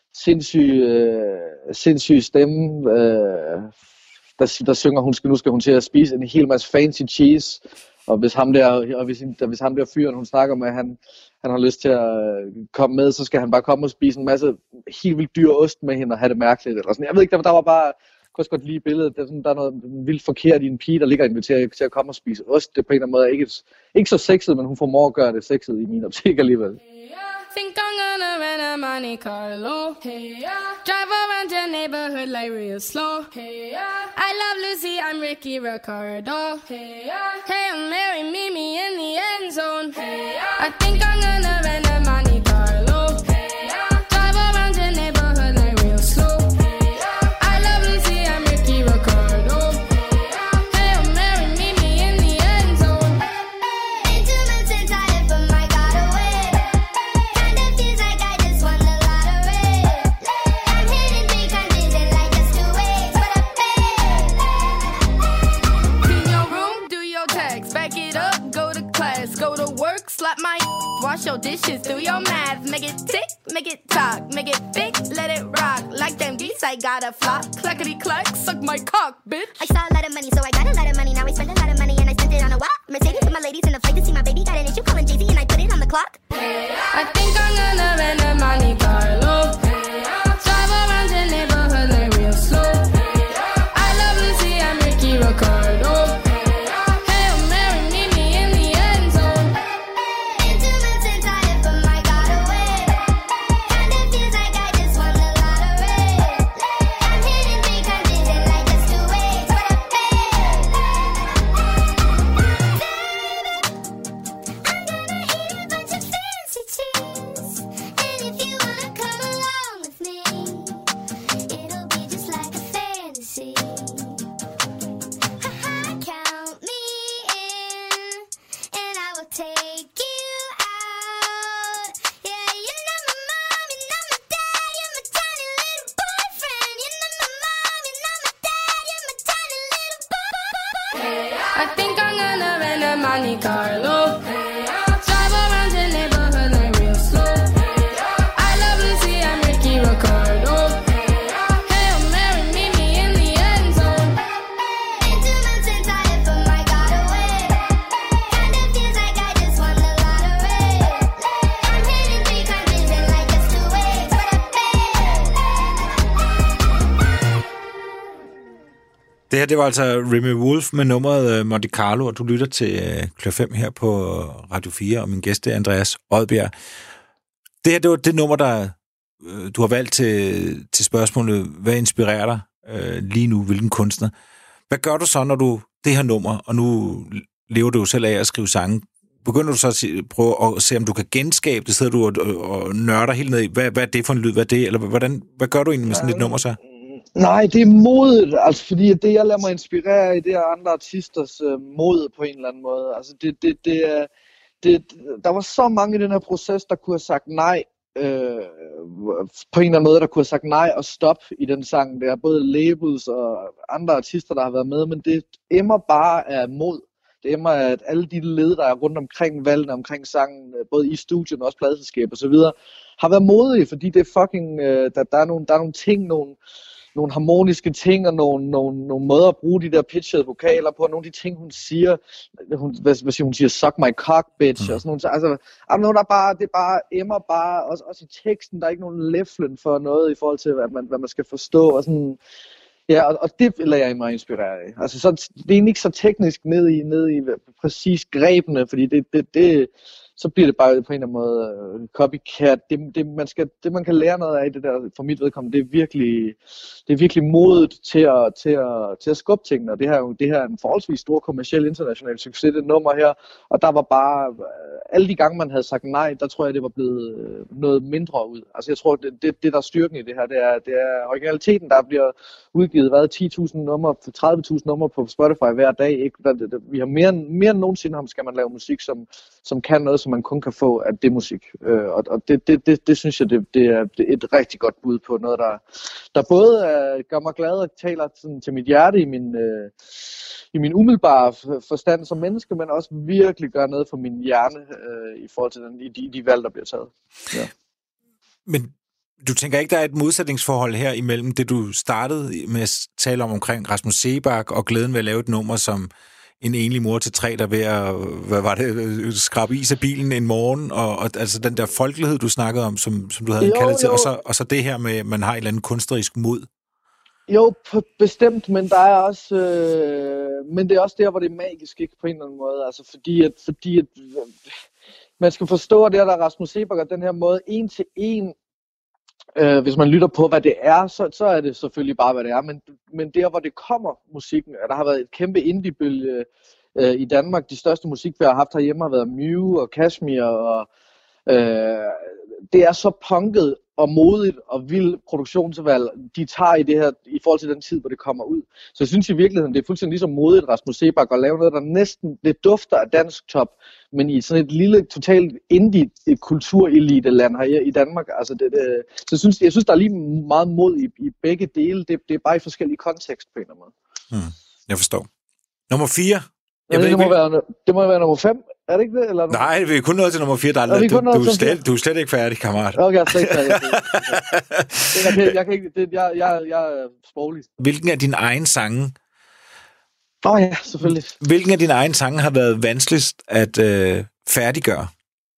sindssyge stemme, der synger, nu skal hun til at spise en hel masse fancy cheese, og hvis ham der fyren, hun snakker med, han har lyst til at komme med, så skal han bare komme og spise en masse helt vildt dyr ost med hende og have det mærkeligt. Eller sådan. Jeg ved ikke, der var bare, jeg kunne også godt lide billedet, der er noget vildt forkert i en pige, der ligger inviteret til at komme og spise ost. Det er på en eller anden måde ikke så sexet, men hun formår at gøre det sexet i min optik alligevel. Think I'm gonna rent a Monte Carlo. Hey, yeah. Drive around your neighborhood like real slow. Hey, yeah. I love Lucy, I'm Ricky Ricardo. Hey, yeah. Hail Mary, meet me in the end zone. Hey, yeah. I think I'm gonna rent a Monte Carlo. Hey, yeah. Drive around your neighborhood like real slow. Hey, yeah. I love Lucy, I'm Ricky Ricardo. Hey, yeah. Hail Mary, meet me in the end zone. Ain't too much since I left, but my got away. Feels like I just won the lottery. I'm hitting 3 countries in like just 2 weeks. But I pay. Clean your room, do your tax, back it up, go to class, go to work, slap my wash your dishes, do your math, make it tick, make it talk, make it big, let it rock. Like them geese, I got a flock, clackety clack, suck my cock, bitch. I saw a lot of money, so I got a lot of money. Now I spend a lot of money and I spent it on a what? Mercedes with my ladies in the flight to see my baby. Got an issue calling Jay-Z and I put it on the clock. I think I'm gonna rent a Monte Carlo. Drive around your neighborhood like real slow. I love Lucy, I'm Ricky Ricardo. Hail Mary, meet me in the end zone. Ain't too much since I left, but my got away. Kinda feels like I just won the lottery. I'm hitting 3 countries in like just 2 weeks. But I pay. I'm gonna eat a bunch of fancy cheese. And if you wanna come along with me, it'll be just like a fantasy. Count me in, and I will take you out. Yeah, you're not my mom, you're not my dad, you're my tiny little boyfriend. You're not my mom, you're not my dad, you're my tiny little boy. I think I'm gonna rent a Monte Carlo. Drive around your neighborhood like real slow. I love Lucy, I'm Ricky Ricardo. Hail Mary, meet me in the end zone. Ain't too much since I left, but my got away. Kinda feels like I just won the lottery. I'm hitting 3 countries in like just 2 weeks. But I pay. Det her, det var altså Remy Wolf med nummeret Monte Carlo, og du lytter til Klør 5 her på Radio 4, og min gæst er Andreas Odbjerg. Det her, det var det nummer, der du har valgt til spørgsmålet, hvad inspirerer dig lige nu, hvilken kunstner? Hvad gør du så, når du det her nummer, og nu lever du jo selv af at skrive sange, begynder du så at prøve at se, om du kan genskabe det, sidder du og nørder helt ned i, hvad er det for en lyd, hvad er det, eller hvad gør du egentlig med sådan et nummer så? Nej, det er modet, altså fordi det, jeg lader mig inspirere i, det er andre artisters mod på en eller anden måde. Altså der var så mange i den her proces, der kunne have sagt nej, på en eller anden måde, der kunne have sagt nej og stop i den sang. Der er både labels og andre artister, der har været med, men det emmer bare af mod. Det emmer af, at alle de led, der er rundt omkring valgene, omkring sangen, både i studiet og også pladeselskab og så videre, har været modige, fordi det er fucking, der er nogle ting, nogle harmoniske ting, og nogle måder at bruge de der pitchede vokaler på, nogle af de ting, hun siger, hvad siger hun siger, suck my cock, bitch, og sådan nogle, altså, det bare emmer bare, også i teksten, der er ikke nogen læflen for noget, i forhold til, hvad man skal forstå, og sådan, ja, og det lader jeg mig inspirere af. Altså, så, det er egentlig ikke så teknisk ned i præcis grebene, fordi det så bliver det bare på en eller anden måde copycat. Det man kan lære noget af det der, for mit vedkommende, det er virkelig modet til at skubbe tingene. Og det her er en forholdsvis stor kommerciel international succes, det nummer her. Og der var bare, alle de gange man havde sagt nej, der tror jeg, det var blevet noget mindre ud. Altså jeg tror, det der er styrken i det her, det er originaliteten, der bliver udgivet, 10.000 numre, 30.000 numre på Spotify hver dag. Ikke? Vi har mere end nogensinde skal man lave musik, som kan noget, som man kun kan få af det musik. Og det synes jeg, det er et rigtig godt bud på noget, der både gør mig glad og taler sådan til mit hjerte i min umiddelbare forstand som menneske, men også virkelig gør noget for min hjerne i forhold til de valg, der bliver taget. Ja. Men du tænker ikke, der er et modsætningsforhold her imellem det, du startede med at tale omkring Rasmus Seebach og glæden ved at lave et nummer som en enlig mor til 3, der ved at skrabe is af bilen en morgen, og altså den der folkelighed, du snakkede om, som du havde kaldet til, og så det her med, at man har et eller andet kunstnerisk mod. Jo, bestemt, men der er også, men det er også der, hvor det er magisk, ikke, på en eller anden måde, altså fordi at man skal forstå, at det der Rasmus Seebach og den her måde, en til en, hvis man lytter på, hvad det er, så er det selvfølgelig bare, hvad det er. Men der, hvor det kommer, musikken, der har været et kæmpe indie-bølge i Danmark. De største musik, vi har haft herhjemme, har været Mew og Kashmir. Og, det er så punket og modigt og vild produktionsvalg, de tager i det her, i forhold til den tid, hvor det kommer ud. Så jeg synes i virkeligheden, det er fuldstændig ligesom modigt, Rasmus Seebach, at lave noget, der næsten det dufter af dansk top, men i sådan et lille, totalt indie-kulturelite-land her i Danmark. Altså så jeg synes, der er lige meget mod i begge dele. Det er bare i forskellige kontekst på en eller anden måde. Jeg forstår. Nummer 4. Det må være nummer 5. Er det ikke det? Eller nej, vi er kun nået til nummer 4. Du er slet ikke færdig, kammerat. Okay, jeg er slet ikke færdig. Jeg er sproglig. Hvilken af dine egne sange? Ja, selvfølgelig. Hvilken af dine egne sange har været vanskeligst at færdiggøre?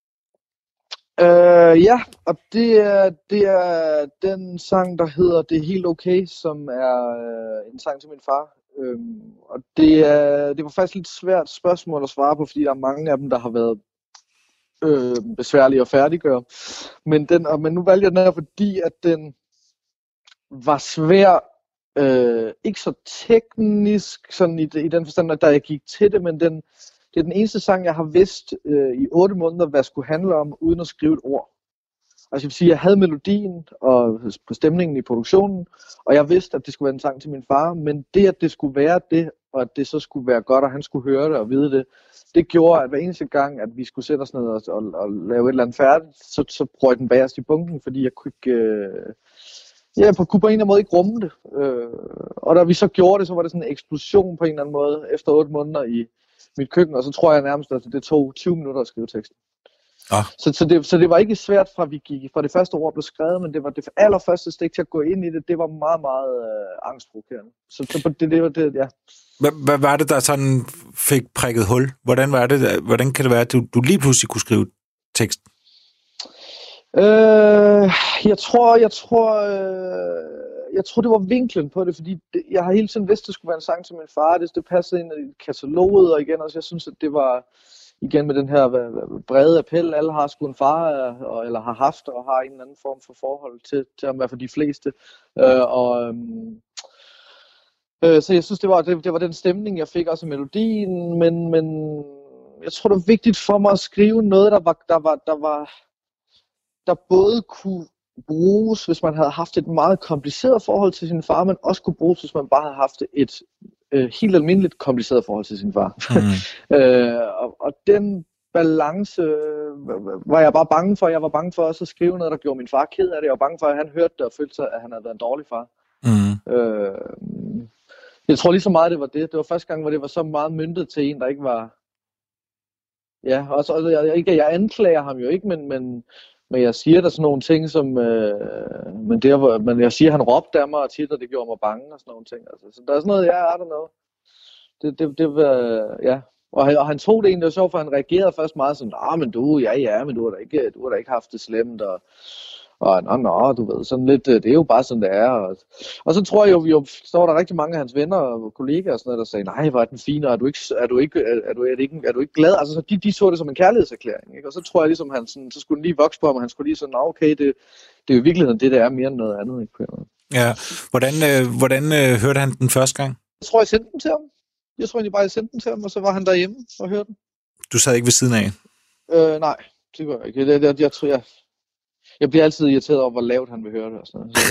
Ja, og det er den sang, der hedder Det er helt okay, som er en sang til min far. Og det var faktisk lidt svært spørgsmål at svare på, fordi der er mange af dem, der har været besværlige at færdiggøre. Men nu valgte jeg den her, fordi at den var svær, ikke så teknisk sådan i den forstand, at da jeg gik til det, men det er den eneste sang, jeg har vidst i 8 måneder, hvad skulle handle om, uden at skrive et ord. Altså jeg vil sige, jeg havde melodien og på stemningen i produktionen, og jeg vidste, at det skulle være en sang til min far, men det, at det skulle være det, og at det så skulle være godt, og han skulle høre det og vide det, det gjorde, at hver eneste gang, at vi skulle sætte os ned og lave et eller andet færdigt, så røg den bagerst i bunken, fordi jeg kunne ikke... jeg kunne på en eller anden måde ikke rumme det. Og da vi så gjorde det, så var det sådan en eksplosion på en eller anden måde, efter 8 måneder i mit køkken, og så tror jeg nærmest, at det tog 20 minutter at skrive teksten. Så det var ikke svært fra det første ord blev skrevet, men det var det allerførste stik til at gå ind i det. Det var meget, meget angstprovokerende. Så det var det, ja. Hvad var det, der sådan fik prikket hul? Hvordan kan det være, at du lige pludselig kunne skrive tekst? Jeg tror, det var vinklen på det, fordi jeg har hele tiden vidst, at det skulle være en sang til min far. Det passede ind i kataloget, og igen også, jeg synes, at det var... Igen med den her brede appel, alle har sgu en far, eller har haft og har en eller anden form for forhold til ham, i hvert fald de fleste. Så jeg synes, det var den stemning, jeg fik, også melodien, men jeg tror, det var vigtigt for mig at skrive noget, der både kunne bruges, hvis man havde haft et meget kompliceret forhold til sin far, men også kunne bruges, hvis man bare havde haft et helt almindeligt kompliceret forhold til sin far. Og den balance var jeg bare bange for. Jeg var bange for også at skrive noget, der gjorde min far ked af det. Jeg var bange for, at han hørte det og følte sig, at han havde været en dårlig far. Jeg tror lige så meget, det var det. Det var første gang, hvor det var så meget møntet til en, der ikke var Ja, og jeg anklager ham jo ikke, men jeg siger der sådan nogle ting, som... men jeg siger, han råbte af mig tit, og det gjorde mig bange og sådan nogle ting. Altså. Så der er sådan noget, I don't know. Det var... Ja. Og han tog det egentlig sjovt, for han reagerede først meget sådan, men du har da ikke haft det slemt, og du ved, sådan lidt, det er jo bare sådan, det er. Og så tror jeg jo, så var der rigtig mange af hans venner og kollegaer og sådan noget, der sagde, nej, hvor er den fine, og er du ikke glad? Altså, de så det som en kærlighedserklæring, ikke? Og så tror jeg ligesom, han sådan, så skulle den lige vokse på ham, og han skulle lige sådan, okay, det er jo i virkeligheden det er mere end noget andet, ikke? Ja, hvordan hørte han den første gang? Jeg tror, jeg sendte den til ham. Jeg tror egentlig bare, jeg sendte den til ham, og så var han derhjemme og hørte den. Du sad ikke ved siden af? Nej, det gør jeg ikke. Jeg tror, jeg bliver altid irriteret over, hvor lavt han vil høre det. Og sådan noget.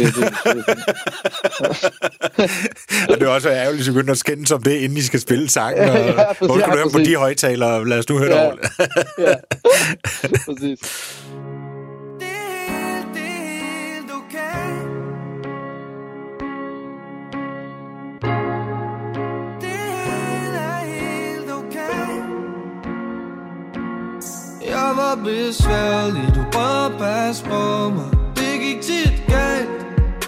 Og det er også ærgerligt, at begynde at skændes om det, inden I skal spille sangen. Hvor skal du høre på de højtalere? Lad os nu høre det over. Ja, præcis. Jeg var besværlig, du prøvede at passe på mig. Det gik tit galt.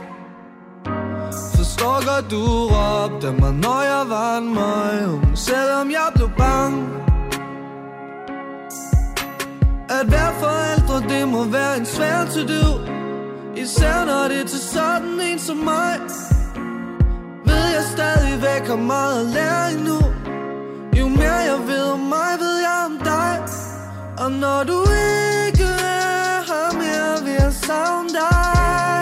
Forstår godt, du råbte af mig, når jeg var en møgung, selvom jeg blev bange. At være forældre, det må være en svær to-do, især når det er til sådan en som mig. Ved jeg stadigvæk har meget at lære endnu. Jo mere jeg ved om mig, ved jeg om dig. Og når du ikke er her mere, vil jeg savne dig.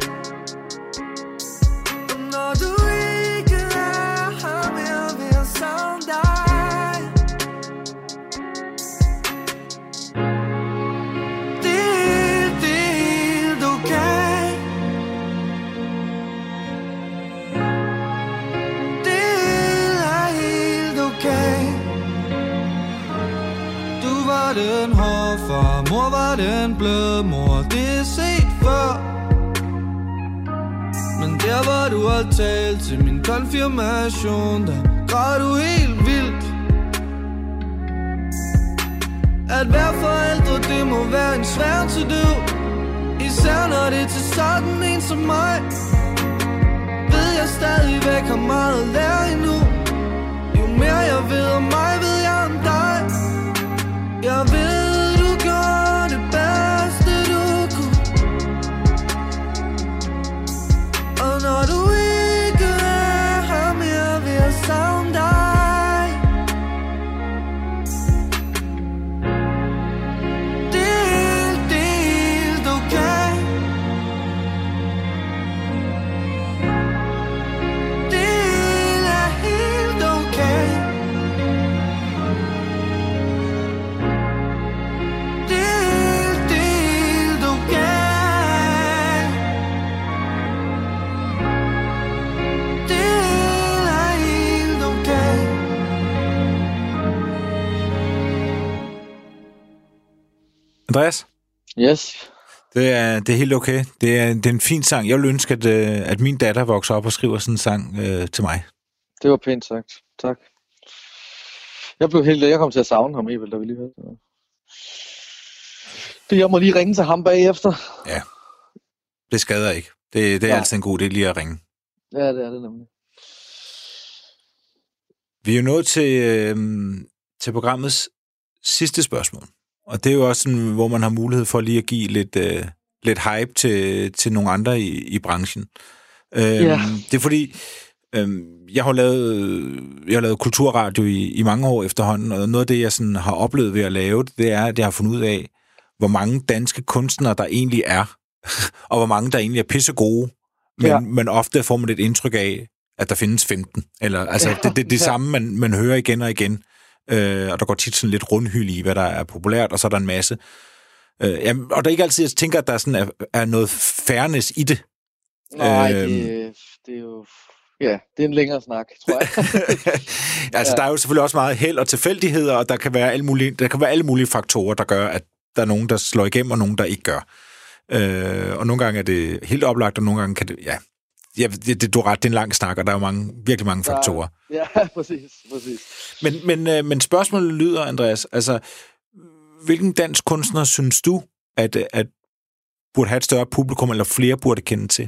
Og når du ikke er her mere, vil jeg savne dig. Det er helt okay. Det er helt okay. Var den hårde far, mor var den bløde mor, det er set før. Men der var du alt talt til min konfirmation, der græd du helt vildt. At være forældre, det må være en svær to-do, især når det er til sådan en som mig. Ved jeg stadigvæk har meget at lære endnu. Jo mere jeg ved om mig, ved jeg om dig. Jeg ved, du gjorde det bedste, du kunne. Og når du ikke er her mere, vil jeg savne dig. Det er helt okay. Det er helt okay. Andreas? Yes. Det er helt okay. Det er en fin sang. Jeg vil ønske, at min datter vokser op og skriver sådan en sang til mig. Det var pænt sagt. Tak. Jeg kom til at savne ham, da vi lige hørte det. Jeg må lige ringe til ham bagefter. Ja, det skader ikke. Det er altid en god idé lige at ringe. Ja, det er det nemlig. Vi er jo nået til programmets sidste spørgsmål. Og det er jo også sådan, hvor man har mulighed for lige at give lidt hype til nogle andre i branchen. Det er fordi, jeg har lavet kulturradio i mange år efterhånden, og noget af det, jeg sådan har oplevet ved at lave det, er, at jeg har fundet ud af, hvor mange danske kunstnere der egentlig er, og hvor mange der egentlig er pissegode, men ofte får man et indtryk af, at der findes 15. Eller, altså, det samme, man hører igen og igen. Og der går tit sådan lidt rundhyld i, hvad der er populært, og så er der en masse. Og der er ikke altid, jeg tænker, at der sådan er noget fairness i det. Nej, det er jo... Ja, det er en længere snak, tror jeg. Der er jo selvfølgelig også meget held og tilfældigheder, og der kan være alle mulige faktorer, der gør, at der er nogen, der slår igennem, og nogen, der ikke gør. Og nogle gange er det helt oplagt, og nogle gange kan det... Ja, du er ret, det er en lang snak, og der er jo virkelig mange faktorer. Ja, præcis. Men spørgsmålet lyder, Andreas, altså, hvilken dansk kunstner synes du, at burde have et større publikum, eller flere burde kende til?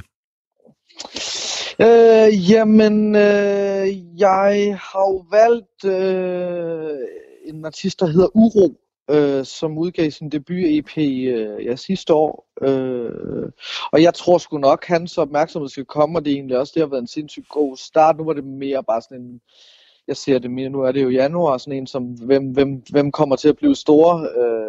Jeg har jo valgt en artist, der hedder Uro, som udgav sin debut-EP sidste år. Og jeg tror sgu nok, hans opmærksomhed skal komme, og det er egentlig også, det har været en sindssygt god start. Nu var det mere bare sådan en, jeg ser det mere, nu er det jo januar, sådan en som, hvem kommer til at blive store?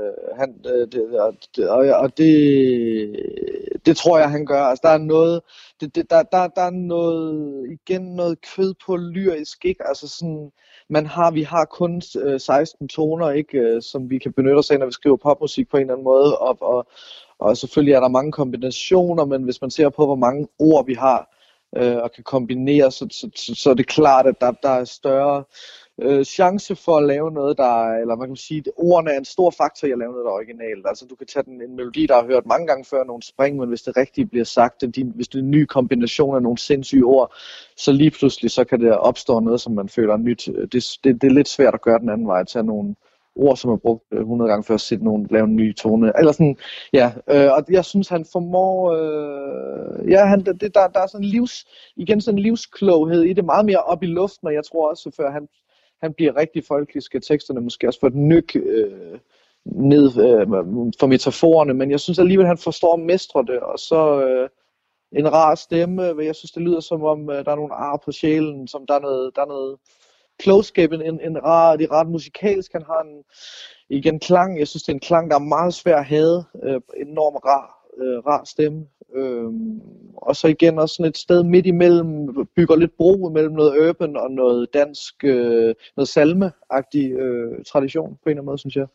Det tror jeg, han gør. Altså, der er noget, der er noget, igen noget kød på lyrisk, ikke? Altså sådan, vi har kun 16 toner, ikke, som vi kan benytte os af, når vi skriver popmusik på en eller anden måde, og selvfølgelig er der mange kombinationer, men hvis man ser på, hvor mange ord vi har, og kan kombinere, så er det klart, at der er større chance for at lave noget, eller man kan sige, at ordene er en stor faktor i at lave noget, der er originalt. Altså du kan tage en melodi, der har hørt mange gange før, nogle spring, men hvis det rigtigt bliver sagt, hvis det er en ny kombination af nogle sindssyge ord, så lige pludselig så kan det opstå noget, som man føler er nyt. Det er lidt svært at gøre den anden vej, at tage nogle ord, som er brugt 100 gange før at sætte lave en ny tone. Eller sådan, ja. Og jeg synes, han formår... der er sådan en livskloghed i det, meget mere op i luften, og jeg tror også, før han bliver rigtig folkelig, skal teksterne måske også få et nyk ned for metaforerne, men jeg synes alligevel, han forstår at mestre det, og så en rar stemme, jeg synes, det lyder som om, der er nogle ar på sjælen, som der er noget klogskab, det er ret musikalsk, han har en klang, jeg synes, det er en klang, der er meget svær at have, enormt rar stemme, og så igen også sådan et sted midt imellem, bygger lidt bro mellem noget urban og noget dansk, noget salme-agtig tradition, på en eller anden måde, synes jeg.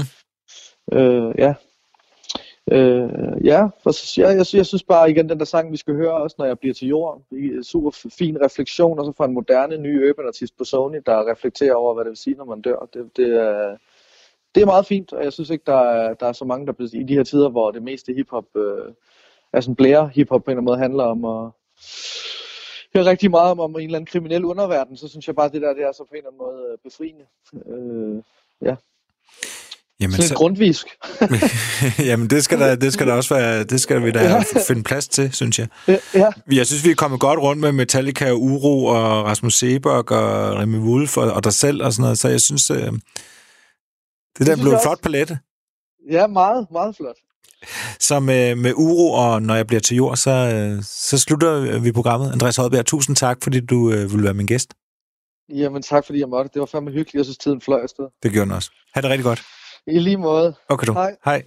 Jeg synes bare igen, den der sang, vi skal høre også, når jeg bliver til jorden, super fin refleksion, og så fra en moderne, ny urban artist på Sony, der reflekterer over, hvad det vil sige, når man dør. Det er meget fint, og jeg synes ikke, der er så mange, der i de her tider, hvor det meste hiphop er sådan blære hiphop på en eller anden måde handler om at høre rigtig meget om en eller anden kriminel underverden, så synes jeg bare, det er så på en eller anden måde befriende. Jamen, sådan lidt grundvisk. Jamen, det skal der også være, det skal vi da finde plads til, synes jeg. Ja. Jeg synes, vi er kommet godt rundt med Metallica, Uro og Rasmus Seebach og Remi Wolf og dig selv og sådan noget, så jeg synes, det der blev en flot palette. Ja, meget, meget flot. Så med Uro og Når jeg bliver til jord, så slutter vi programmet. Andreas Hodberg, tusind tak, fordi du ville være min gæst. Jamen, tak fordi jeg måtte. Det var fandme hyggeligt. Jeg synes, tiden fløj afsted. Det gjorde den også. Ha' det rigtig godt. I lige måde. Okay, du. Hej.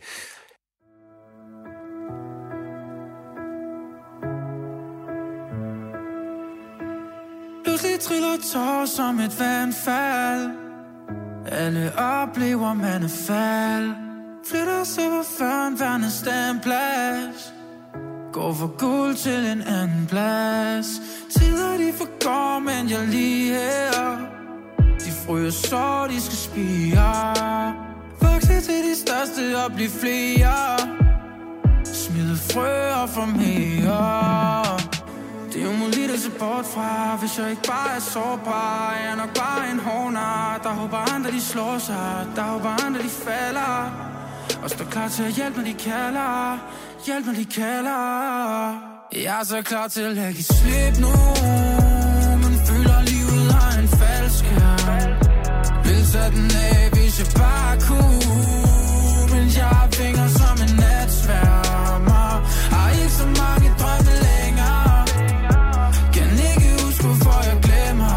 Pludselig triller tårer som et vandfald. Alle oplever man er fald. Flytter sig på føren, værende standplads. Går for guld til en anden plads. Tider de forgår, men jeg lige her. De fryser så, de skal spire. Vokse til de største og blive flere. Smide frø og få mere. Det er umuligt at se bort fra, hvis jeg ikke bare er sårbar. Jeg er nok bare en håner. Der håber andre de slår sig. Der håber andre de falder. Og står klar til at hjælpe når de kalder. Hjælp når de kalder. Jeg er så klar til at lægge slip nu. Men føler livet har en faldskærm. Vil tage den af, hvis jeg bare kunne. Men jeg har vinger som en natsværmer. Har ikke så mange drømme længere. Kan ikke huske, hvorfor jeg glemmer.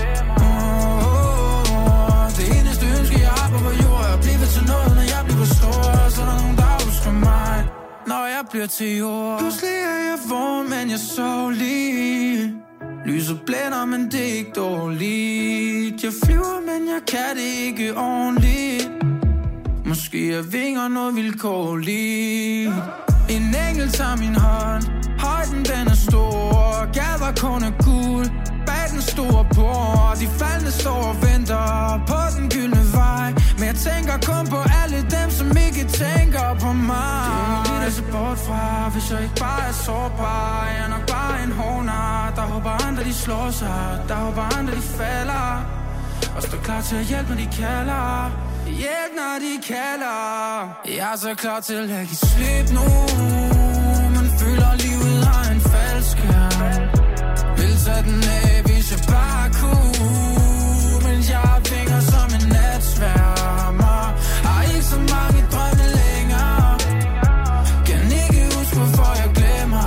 Det eneste ønske, jeg har på jord, er at blive til noget, når jeg bliver stor. Så er der nogen, der husker mig, når jeg bliver til jord. Pludselig er jeg vågen, men jeg sov lige. Lyset blænder, men det er ikke dårligt. Jeg flyver, men jeg kan det ikke ordentligt. Måske er vinger noget vilkårligt. En engel tager min hånd. Højden den er stor. Gader kun er guld. Bag den store port. De faldne står og venter på den gyldne vej. Men jeg tænker kun på alle dem, som ikke tænker på mig. Det er umuligt at se bort fra, hvis jeg ikke bare er sårbar. Jeg er nok bare en håner. Der håber andre de slår sig. Der håber andre de falder. Og står klar til at hjælpe når de kalder. Hjælp når de kalder. Jeg er så klar til at give slip nu. Man føler livet har en faldskærm. Vil tage den af, hvis jeg bare kunne. Men jeg har vinger som en natsværmer. Har ikke så mange drømme længere. Kan ikke huske hvorfor jeg glemmer.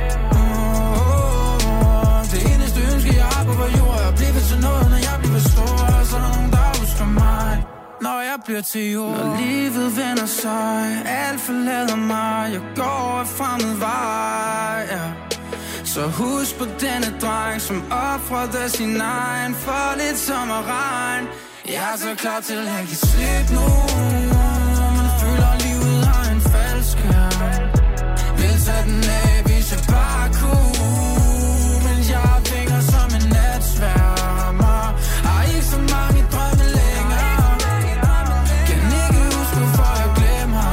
Det eneste ønske jeg har på jord er at blive til noget, når jeg bliver stor. Så er der nogen der husker mig, når jeg bliver til jord. Når livet vender sig, alt forlader mig. Jeg går af fremmed vej, ja. Så husk på denne dreng, som offrede sin egen for lidt sommerregn. Jeg er så klar til at give slip nu. Man føler livet har en faldskærm. Vil tage den af, hvis jeg bare kunne. Men jeg har vinger som en natsværmer. Har ikke så mange drømme længere. Kan ikke huske hvorfor jeg glemmer.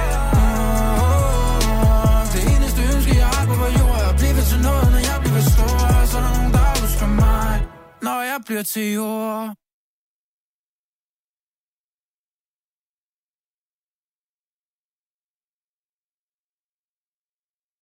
Det eneste ønske jeg har på jord er at blive til noget, når jeg bliver stor. Så er der nogen der husker mig, når jeg bliver til jord.